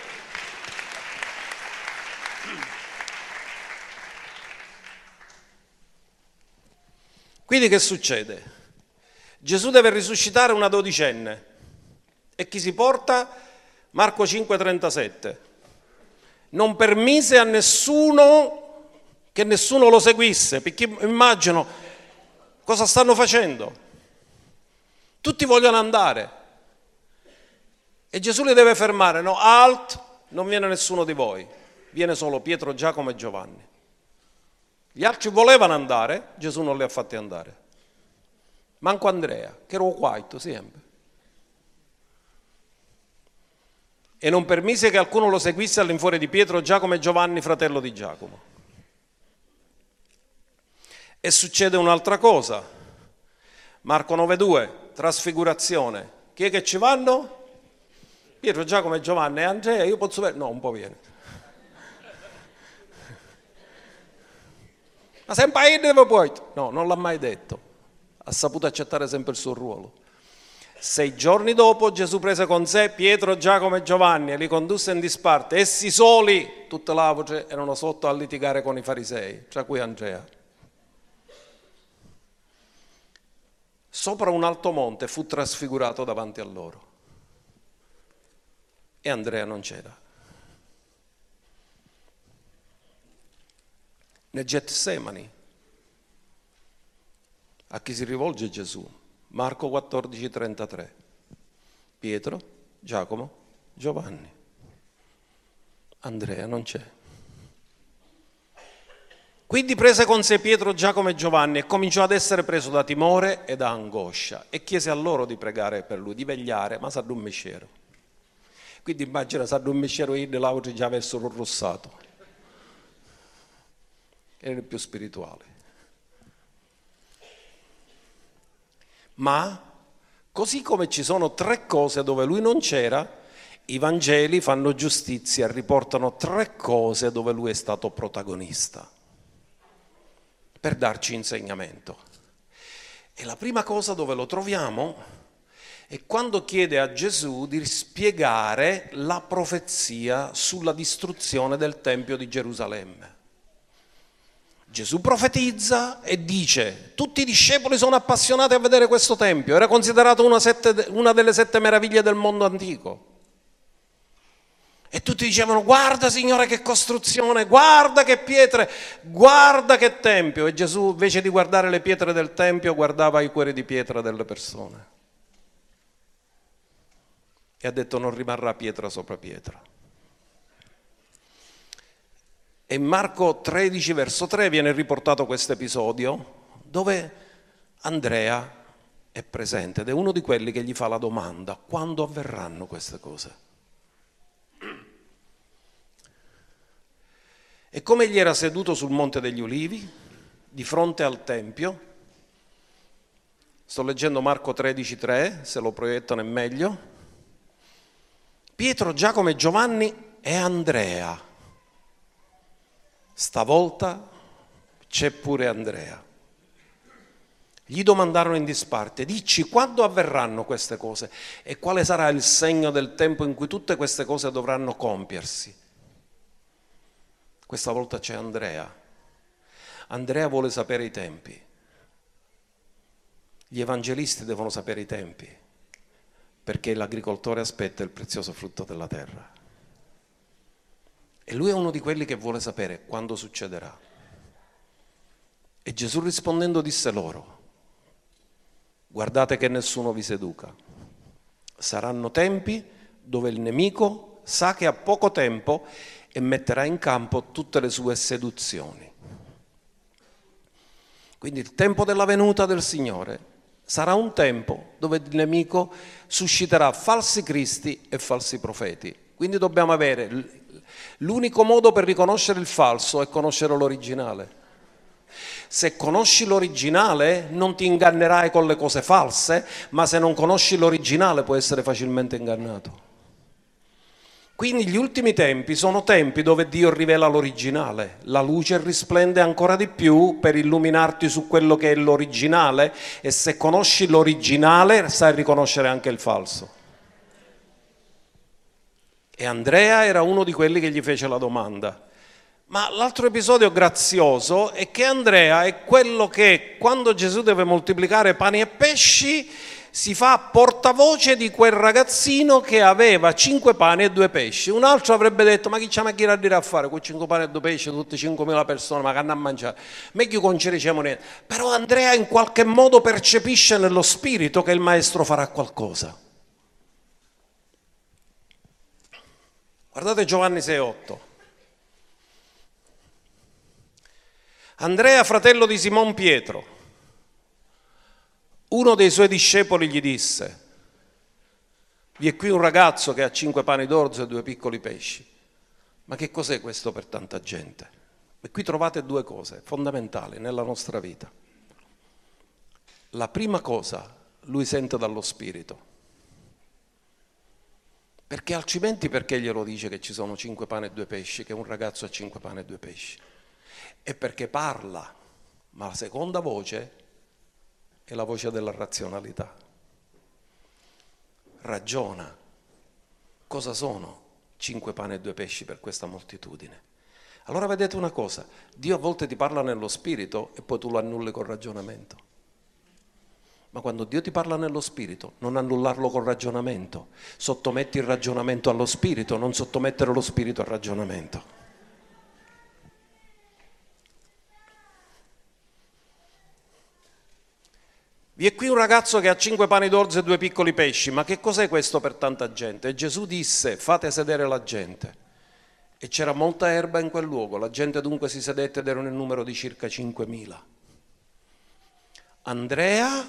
Quindi che succede? Gesù deve risuscitare una dodicenne. E chi si porta? Marco cinque trentasette. Non permise a nessuno che nessuno lo seguisse, perché immagino cosa stanno facendo. Tutti vogliono andare. E Gesù li deve fermare. No, alt, non viene nessuno di voi. Viene solo Pietro, Giacomo e Giovanni. Gli altri volevano andare, Gesù non li ha fatti andare. Manco Andrea, che era un quaito sempre. E non permise che alcuno lo seguisse all'infuori di Pietro, Giacomo e Giovanni, fratello di Giacomo. E succede un'altra cosa. Marco nove due, trasfigurazione. Chi è che ci vanno? Pietro, Giacomo e Giovanni e Andrea, io posso vedere? No, un po' viene. Ma sempre io dove puoi? No, non l'ha mai detto. Ha saputo accettare sempre il suo ruolo. Sei giorni dopo Gesù prese con sé Pietro, Giacomo e Giovanni e li condusse in disparte. Essi soli, tutte le voci, erano sotto a litigare con i farisei, tra cui Andrea. Sopra un alto monte fu trasfigurato davanti a loro. E Andrea non c'era. Nel Getsemani, a chi si rivolge Gesù? Marco quattordici trentatré. Pietro, Giacomo, Giovanni. Andrea non c'è. Quindi prese con sé Pietro, Giacomo e Giovanni e cominciò ad essere preso da timore e da angoscia e chiese a loro di pregare per lui, di vegliare, ma s'addormiscero. Quindi immagina s'addormiscero io e l'altro già avessero rossato. Era il più spirituale. Ma così come ci sono tre cose dove lui non c'era, i Vangeli fanno giustizia, riportano tre cose dove lui è stato protagonista per darci insegnamento. E la prima cosa dove lo troviamo è quando chiede a Gesù di spiegare la profezia sulla distruzione del Tempio di Gerusalemme. Gesù profetizza e dice: tutti i discepoli sono appassionati a vedere questo tempio, era considerato una, sette, una delle sette meraviglie del mondo antico. E tutti dicevano: guarda Signore che costruzione, guarda che pietre, guarda che tempio. E Gesù, invece di guardare le pietre del tempio, guardava i cuori di pietra delle persone. E ha detto: non rimarrà pietra sopra pietra. E in Marco tredici verso tre viene riportato questo episodio dove Andrea è presente ed è uno di quelli che gli fa la domanda: quando avverranno queste cose? E come egli era seduto sul Monte degli Ulivi, di fronte al Tempio, sto leggendo Marco tredici tre, se lo proiettano è meglio, Pietro, Giacomo e Giovanni e Andrea. Stavolta c'è pure Andrea. Gli domandarono in disparte: dici, quando avverranno queste cose e quale sarà il segno del tempo in cui tutte queste cose dovranno compiersi? Questa volta c'è Andrea. Andrea vuole sapere i tempi. Gli evangelisti devono sapere i tempi, perché l'agricoltore aspetta il prezioso frutto della terra. E lui è uno di quelli che vuole sapere quando succederà. E Gesù rispondendo disse loro: guardate che nessuno vi seduca. Saranno tempi dove il nemico sa che ha poco tempo e metterà in campo tutte le sue seduzioni. Quindi il tempo della venuta del Signore sarà un tempo dove il nemico susciterà falsi cristi e falsi profeti. Quindi dobbiamo avere, l'unico modo per riconoscere il falso è conoscere l'originale. Se conosci l'originale non ti ingannerai con le cose false, ma se non conosci l'originale puoi essere facilmente ingannato. Quindi gli ultimi tempi sono tempi dove Dio rivela l'originale, la luce risplende ancora di più per illuminarti su quello che è l'originale, e se conosci l'originale sai riconoscere anche il falso. E Andrea era uno di quelli che gli fece la domanda. Ma l'altro episodio grazioso è che Andrea è quello che, quando Gesù deve moltiplicare pani e pesci, si fa portavoce di quel ragazzino che aveva cinque pani e due pesci. Un altro avrebbe detto: ma chi c'ha macchina a dire a fare con cinque pani e due pesci, tutte cinquemila persone, ma che hanno a mangiare? Meglio non ci diciamo niente. Però Andrea in qualche modo percepisce nello spirito che il maestro farà qualcosa. Guardate Giovanni sei otto. Andrea, fratello di Simon Pietro, uno dei suoi discepoli, gli disse: vi è qui un ragazzo che ha cinque pani d'orzo e due piccoli pesci. Ma che cos'è questo per tanta gente? E qui trovate due cose fondamentali nella nostra vita. La prima cosa, lui sente dallo Spirito. Perché altrimenti perché glielo dice che ci sono cinque pani e due pesci, che un ragazzo ha cinque pani e due pesci? È perché parla, ma la seconda voce è la voce della razionalità. Ragiona. Cosa sono cinque pani e due pesci per questa moltitudine? Allora vedete una cosa, Dio a volte ti parla nello spirito e poi tu lo annulli col ragionamento. Ma quando Dio ti parla nello spirito, non annullarlo col ragionamento. Sottometti il ragionamento allo spirito, non sottomettere lo spirito al ragionamento. Vi è qui un ragazzo che ha cinque pani d'orzo e due piccoli pesci, ma che cos'è questo per tanta gente? E Gesù disse: fate sedere la gente. E c'era molta erba in quel luogo, la gente dunque si sedette ed erano in numero di circa cinquemila. Andrea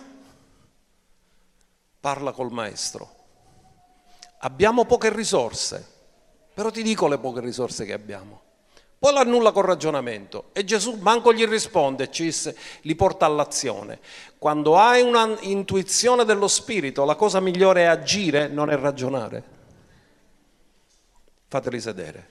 parla col maestro. Abbiamo poche risorse, però ti dico le poche risorse che abbiamo. Poi lo annulla col ragionamento e Gesù manco gli risponde, ci li porta all'azione. Quando hai una intuizione dello spirito, la cosa migliore è agire, non è ragionare. Fateli sedere.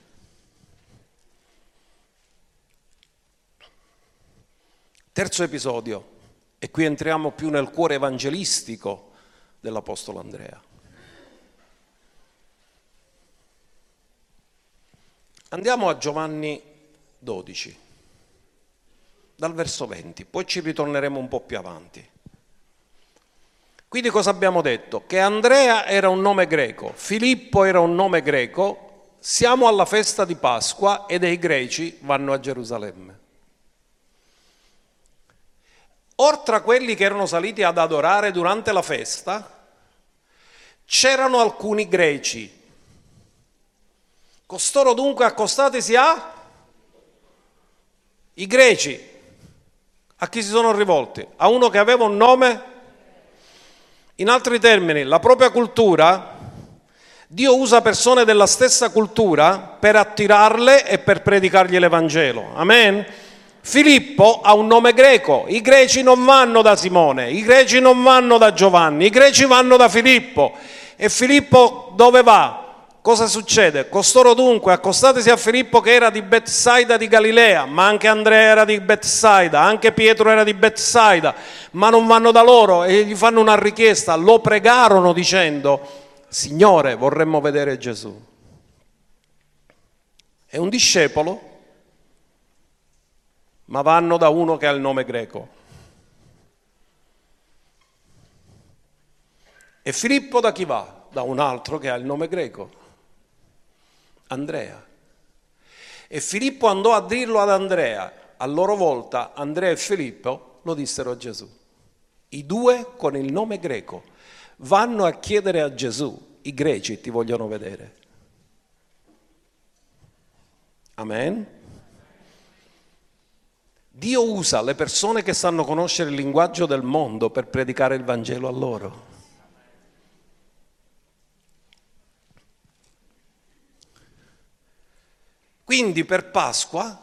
Terzo episodio, e qui entriamo più nel cuore evangelistico dell'Apostolo Andrea. Andiamo a Giovanni dodici, dal verso venti, poi ci ritorneremo un po' più avanti. Quindi cosa abbiamo detto? Che Andrea era un nome greco, Filippo era un nome greco, siamo alla festa di Pasqua e dei greci vanno a Gerusalemme. Oltre a quelli che erano saliti ad adorare durante la festa, c'erano alcuni greci. Costoro dunque accostatisi a i greci. A chi si sono rivolti? A uno che aveva un nome? In altri termini, la propria cultura, Dio usa persone della stessa cultura per attirarle e per predicargli l'Evangelo. Amen? Filippo ha un nome greco, i greci non vanno da Simone, i greci non vanno da Giovanni, i greci vanno da Filippo. E Filippo dove va? Cosa succede? Costoro dunque, accostatisi a Filippo che era di Betsaida di Galilea, ma anche Andrea era di Betsaida, anche Pietro era di Betsaida, ma non vanno da loro e gli fanno una richiesta, lo pregarono dicendo: Signore, vorremmo vedere Gesù. È un discepolo, ma vanno da uno che ha il nome greco. E Filippo da chi va? Da un altro che ha il nome greco, Andrea. E Filippo andò a dirlo ad Andrea. A loro volta Andrea e Filippo lo dissero a Gesù. I due con il nome greco vanno a chiedere a Gesù: i greci ti vogliono vedere. Amen? Dio usa le persone che sanno conoscere il linguaggio del mondo per predicare il Vangelo a loro. Quindi per Pasqua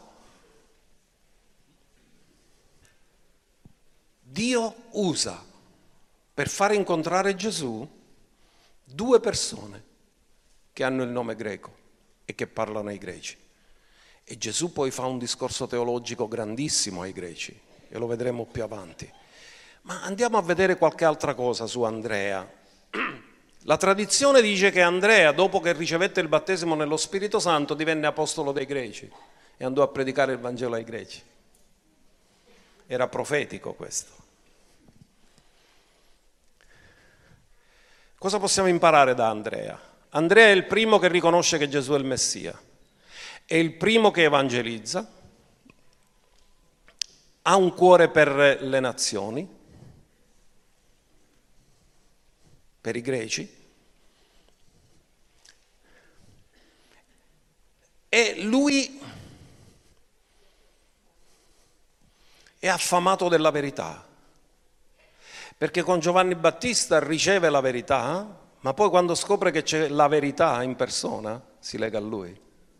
Dio usa per fare incontrare Gesù due persone che hanno il nome greco e che parlano ai greci. E Gesù poi fa un discorso teologico grandissimo ai greci, e lo vedremo più avanti. Ma andiamo a vedere qualche altra cosa su Andrea. La tradizione dice che Andrea, dopo che ricevette il battesimo nello Spirito Santo, divenne apostolo dei greci e andò a predicare il Vangelo ai greci. Era profetico questo. Cosa possiamo imparare da Andrea? Andrea è il primo che riconosce che Gesù è il Messia, è il primo che evangelizza, ha un cuore per le nazioni, per i greci, e lui è affamato della verità, perché con Giovanni Battista riceve la verità, ma poi quando scopre che c'è la verità in persona si lega a lui.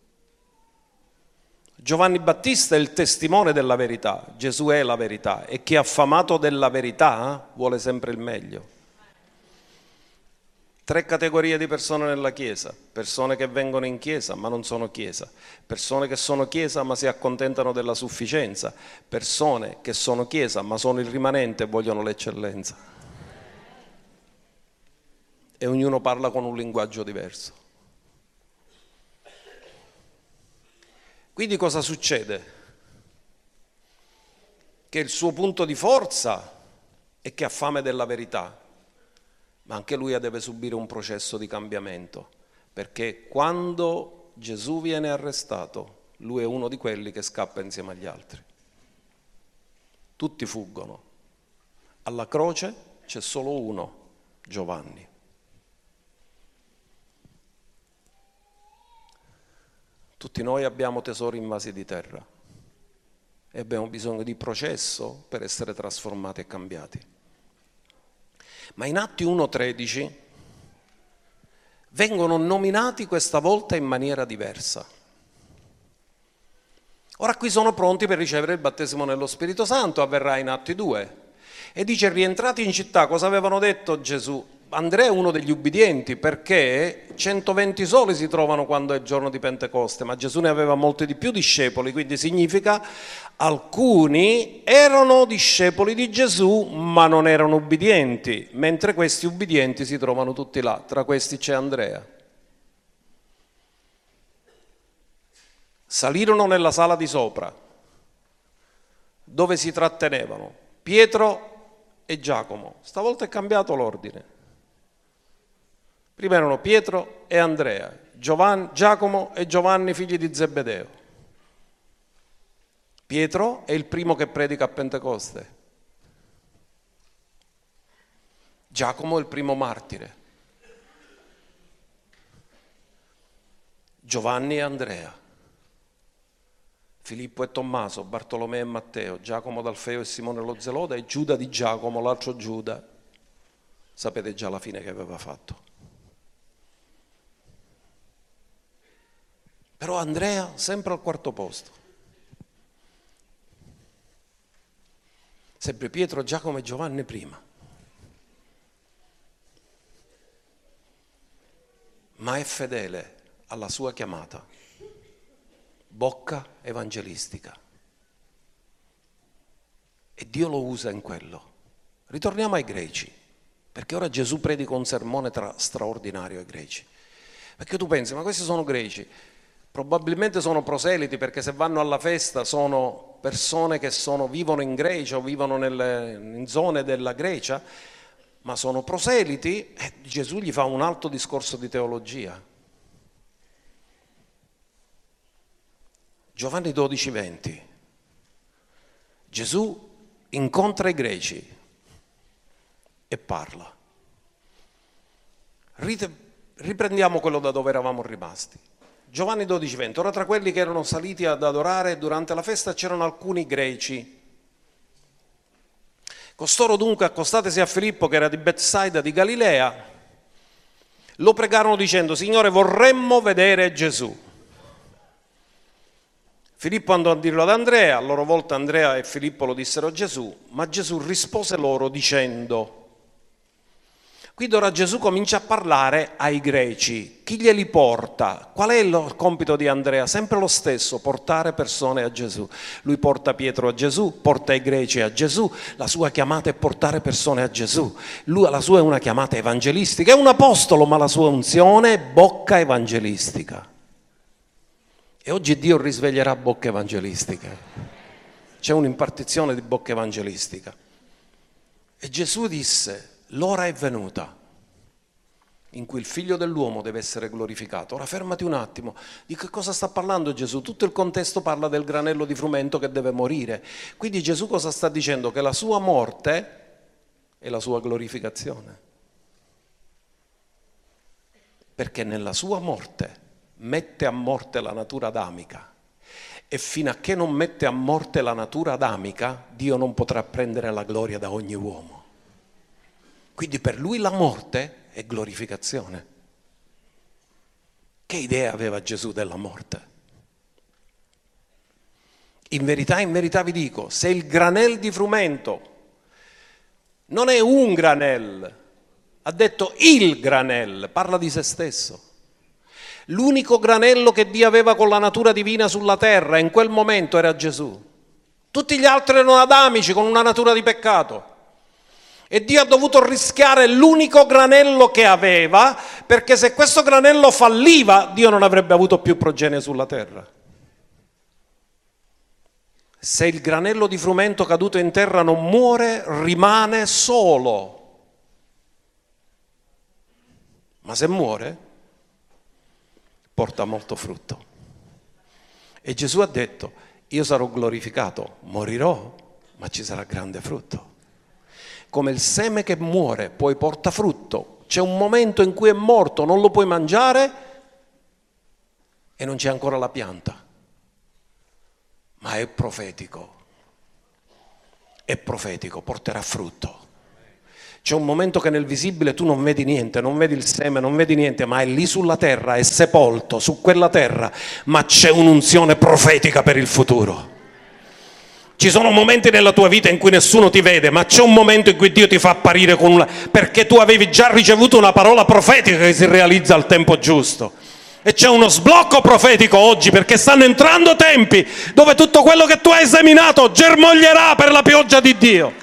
Giovanni Battista è il testimone della verità, Gesù è la verità, e chi è affamato della verità vuole sempre il meglio. Tre categorie di persone nella Chiesa: persone che vengono in Chiesa ma non sono Chiesa, persone che sono Chiesa ma si accontentano della sufficienza, persone che sono Chiesa ma sono il rimanente e vogliono l'eccellenza. E ognuno parla con un linguaggio diverso. Quindi cosa succede? Che il suo punto di forza è che ha fame della verità, ma anche lui deve subire un processo di cambiamento, perché quando Gesù viene arrestato, lui è uno di quelli che scappa insieme agli altri. Tutti fuggono. Alla croce c'è solo uno, Giovanni. Tutti noi abbiamo tesori in vasi di terra e abbiamo bisogno di processo per essere trasformati e cambiati. Ma in Atti uno tredici vengono nominati questa volta in maniera diversa. Ora qui sono pronti per ricevere il battesimo nello Spirito Santo, avverrà in Atti due. E dice: rientrati in città, cosa avevano detto Gesù? Andrea è uno degli ubbidienti, perché centoventi soli si trovano quando è il giorno di Pentecoste, ma Gesù ne aveva molti di più discepoli, quindi significa alcuni erano discepoli di Gesù ma non erano ubbidienti, mentre questi ubbidienti si trovano tutti là, tra questi c'è Andrea. Salirono nella sala di sopra, dove si trattenevano Pietro e Giacomo. Stavolta è cambiato l'ordine. Prima erano Pietro e Andrea, Giovanni, Giacomo e Giovanni, figli di Zebedeo. Pietro è il primo che predica a Pentecoste. Giacomo è il primo martire. Giovanni e Andrea. Filippo e Tommaso, Bartolomeo e Matteo, Giacomo d'Alfeo e Simone lo Zelota e Giuda di Giacomo, l'altro Giuda. Sapete già la fine che aveva fatto. Però Andrea sempre al quarto posto. Sempre Pietro, Giacomo e Giovanni prima. Ma è fedele alla sua chiamata. Bocca evangelistica. E Dio lo usa in quello. Ritorniamo ai greci, perché ora Gesù predica un sermone tra, straordinario ai greci. Perché tu pensi, ma questi sono greci? Probabilmente sono proseliti, perché se vanno alla festa sono persone che sono, vivono in Grecia o vivono nelle, in zone della Grecia, ma sono proseliti. E Gesù gli fa un altro discorso di teologia. Giovanni dodici venti. Gesù incontra i greci e parla. Riprendiamo quello da dove eravamo rimasti. Giovanni dodici venti. Ora tra quelli che erano saliti ad adorare durante la festa c'erano alcuni greci. Costoro dunque, accostatesi a Filippo, che era di Betsaida di Galilea, lo pregarono dicendo: Signore, vorremmo vedere Gesù. Filippo andò a dirlo ad Andrea, a loro volta Andrea e Filippo lo dissero a Gesù, ma Gesù rispose loro dicendo. Quindi ora Gesù comincia a parlare ai greci. Chi glieli porta? Qual è il compito di Andrea? Sempre lo stesso, portare persone a Gesù. Lui porta Pietro a Gesù, porta i greci a Gesù, la sua chiamata è portare persone a Gesù. Lui, la sua è una chiamata evangelistica, è un apostolo, ma la sua unzione è bocca evangelistica. E oggi Dio risveglierà bocche evangelistiche. C'è un'impartizione di bocca evangelistica. E Gesù disse: l'ora è venuta in cui il figlio dell'uomo deve essere glorificato. Ora fermati un attimo, di che cosa sta parlando Gesù? Tutto il contesto parla del granello di frumento che deve morire. Quindi Gesù cosa sta dicendo? Che la sua morte è la sua glorificazione. Perché nella sua morte mette a morte la natura adamica, e fino a che non mette a morte la natura adamica Dio non potrà prendere la gloria da ogni uomo. Quindi per lui la morte è glorificazione. Che idea aveva Gesù della morte? In verità, in verità vi dico, se il granel di frumento non è un granel, ha detto il granel, parla di se stesso. L'unico granello che Dio aveva con la natura divina sulla terra in quel momento era Gesù. Tutti gli altri erano adamici con una natura di peccato. E Dio ha dovuto rischiare l'unico granello che aveva, perché se questo granello falliva, Dio non avrebbe avuto più progenie sulla terra. Se il granello di frumento caduto in terra non muore, rimane solo. Ma se muore, porta molto frutto. E Gesù ha detto: io sarò glorificato, morirò, ma ci sarà grande frutto. Come il seme che muore poi porta frutto, c'è un momento in cui è morto, non lo puoi mangiare e non c'è ancora la pianta, ma è profetico, è profetico, porterà frutto. C'è un momento che nel visibile tu non vedi niente, non vedi il seme, non vedi niente, ma è lì sulla terra, è sepolto su quella terra, ma c'è un'unzione profetica per il futuro. Ci sono momenti nella tua vita in cui nessuno ti vede, ma c'è un momento in cui Dio ti fa apparire con una... perché tu avevi già ricevuto una parola profetica che si realizza al tempo giusto. E c'è uno sblocco profetico oggi, perché stanno entrando tempi dove tutto quello che tu hai seminato germoglierà per la pioggia di Dio.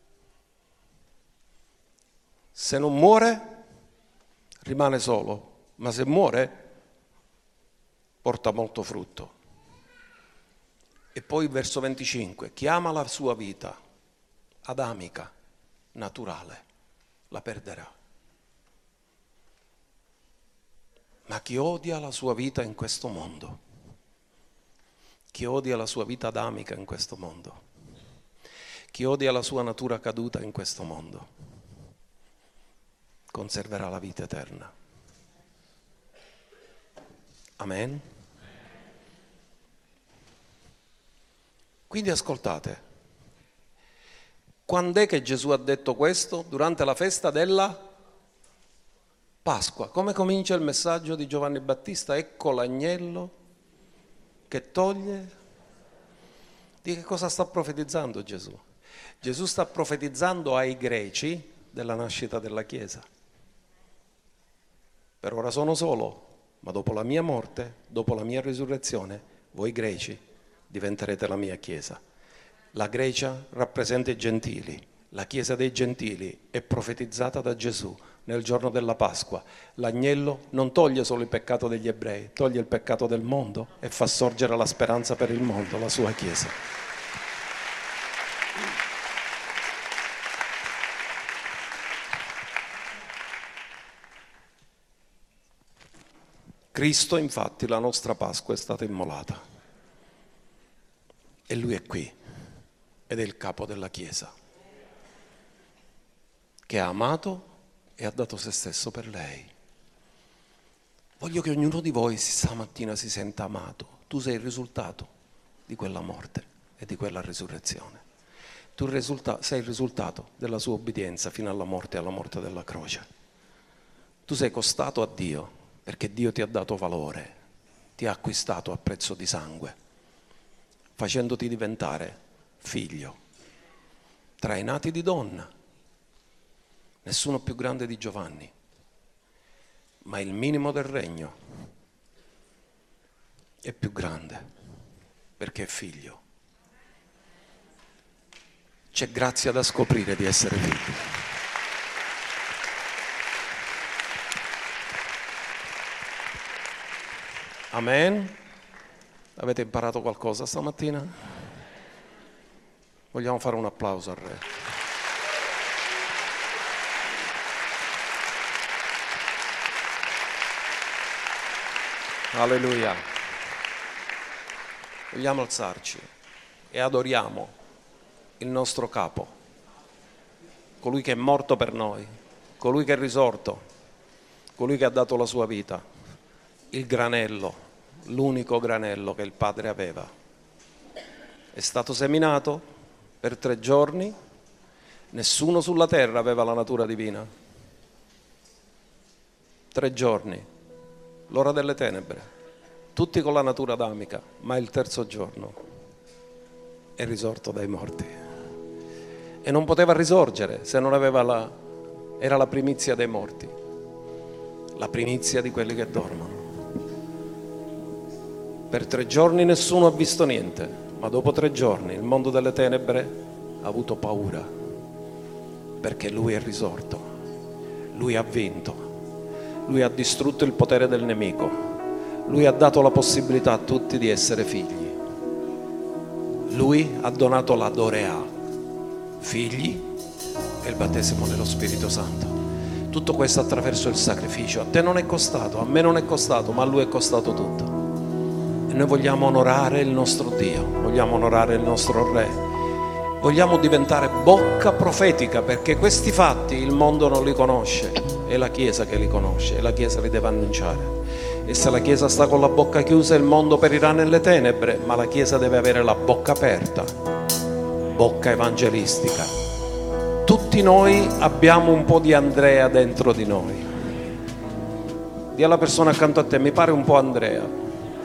Se non muore, rimane solo. ma se muore porta molto frutto. E poi il verso venticinque, chi ama la sua vita adamica, naturale, la perderà. Ma chi odia la sua vita in questo mondo, chi odia la sua vita adamica in questo mondo, chi odia la sua natura caduta in questo mondo, conserverà la vita eterna. Amen? Quindi ascoltate, quando è che Gesù ha detto questo? Durante la festa della Pasqua. Come comincia il messaggio di Giovanni Battista? Ecco l'agnello che toglie. Di che cosa sta profetizzando Gesù? Gesù sta profetizzando ai greci della nascita della Chiesa. Per ora sono solo, ma dopo la mia morte, dopo la mia risurrezione, voi greci diventerete la mia Chiesa. La Grecia rappresenta i gentili, la Chiesa dei gentili è profetizzata da Gesù nel giorno della Pasqua. L'agnello non toglie solo il peccato degli ebrei, toglie il peccato del mondo e fa sorgere la speranza per il mondo, la sua Chiesa. Cristo, infatti, la nostra Pasqua è stata immolata. E Lui è qui, ed è il capo della Chiesa, che ha amato e ha dato se stesso per lei. Voglio che ognuno di voi stamattina si senta amato. Tu sei il risultato di quella morte e di quella risurrezione. Tu sei il risultato della sua obbedienza fino alla morte e alla morte della croce. Tu sei costato a Dio perché Dio ti ha dato valore, ti ha acquistato a prezzo di sangue, facendoti diventare figlio, tra i nati di donna, nessuno più grande di Giovanni, ma il minimo del regno è più grande perché è figlio. C'è grazia da scoprire di essere figli. Amen. Avete imparato qualcosa stamattina? Vogliamo fare un applauso al Re. Alleluia. Vogliamo alzarci e adoriamo il nostro capo, colui che è morto per noi, colui che è risorto, colui che ha dato la sua vita, il granello, l'unico granello che il Padre aveva. È stato seminato per tre giorni, nessuno sulla terra aveva la natura divina. Tre giorni, l'ora delle tenebre, tutti con la natura adamica, ma il terzo giorno è risorto dai morti. E non poteva risorgere se non aveva la... era la primizia dei morti, la primizia di quelli che dormono. Per tre giorni nessuno ha visto niente, ma dopo tre giorni il mondo delle tenebre ha avuto paura, perché Lui è risorto, Lui ha vinto, Lui ha distrutto il potere del nemico, Lui ha dato la possibilità a tutti di essere figli. Lui ha donato la Dorea, figli e il battesimo dello Spirito Santo. Tutto questo attraverso il sacrificio. A te non è costato, a me non è costato, ma a Lui è costato tutto. E noi vogliamo onorare il nostro Dio, vogliamo onorare il nostro Re, vogliamo diventare bocca profetica, perché questi fatti il mondo non li conosce, è la Chiesa che li conosce e la Chiesa li deve annunciare. E se la Chiesa sta con la bocca chiusa il mondo perirà nelle tenebre, ma la Chiesa deve avere la bocca aperta, bocca evangelistica. Tutti noi abbiamo un po' di Andrea dentro di noi. Dì alla persona accanto a te, mi pare un po' Andrea.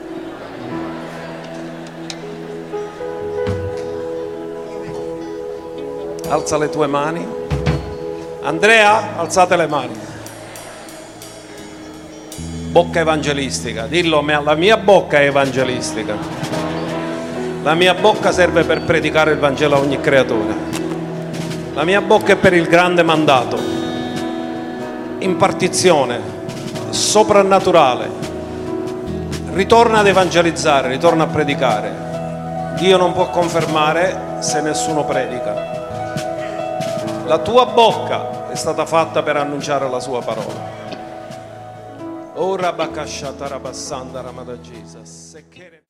Alza le tue mani. Andrea, alzate le mani. Bocca evangelistica. Dillo, la mia bocca è evangelistica. La mia bocca serve per predicare il Vangelo a ogni creatura. La mia bocca è per il grande mandato. Impartizione. soprannaturale. Ritorna ad evangelizzare, ritorna a predicare. Dio non può confermare se nessuno predica. La tua bocca è stata fatta per annunciare la sua parola. Ora bakashata rabassanda ramada Jesus.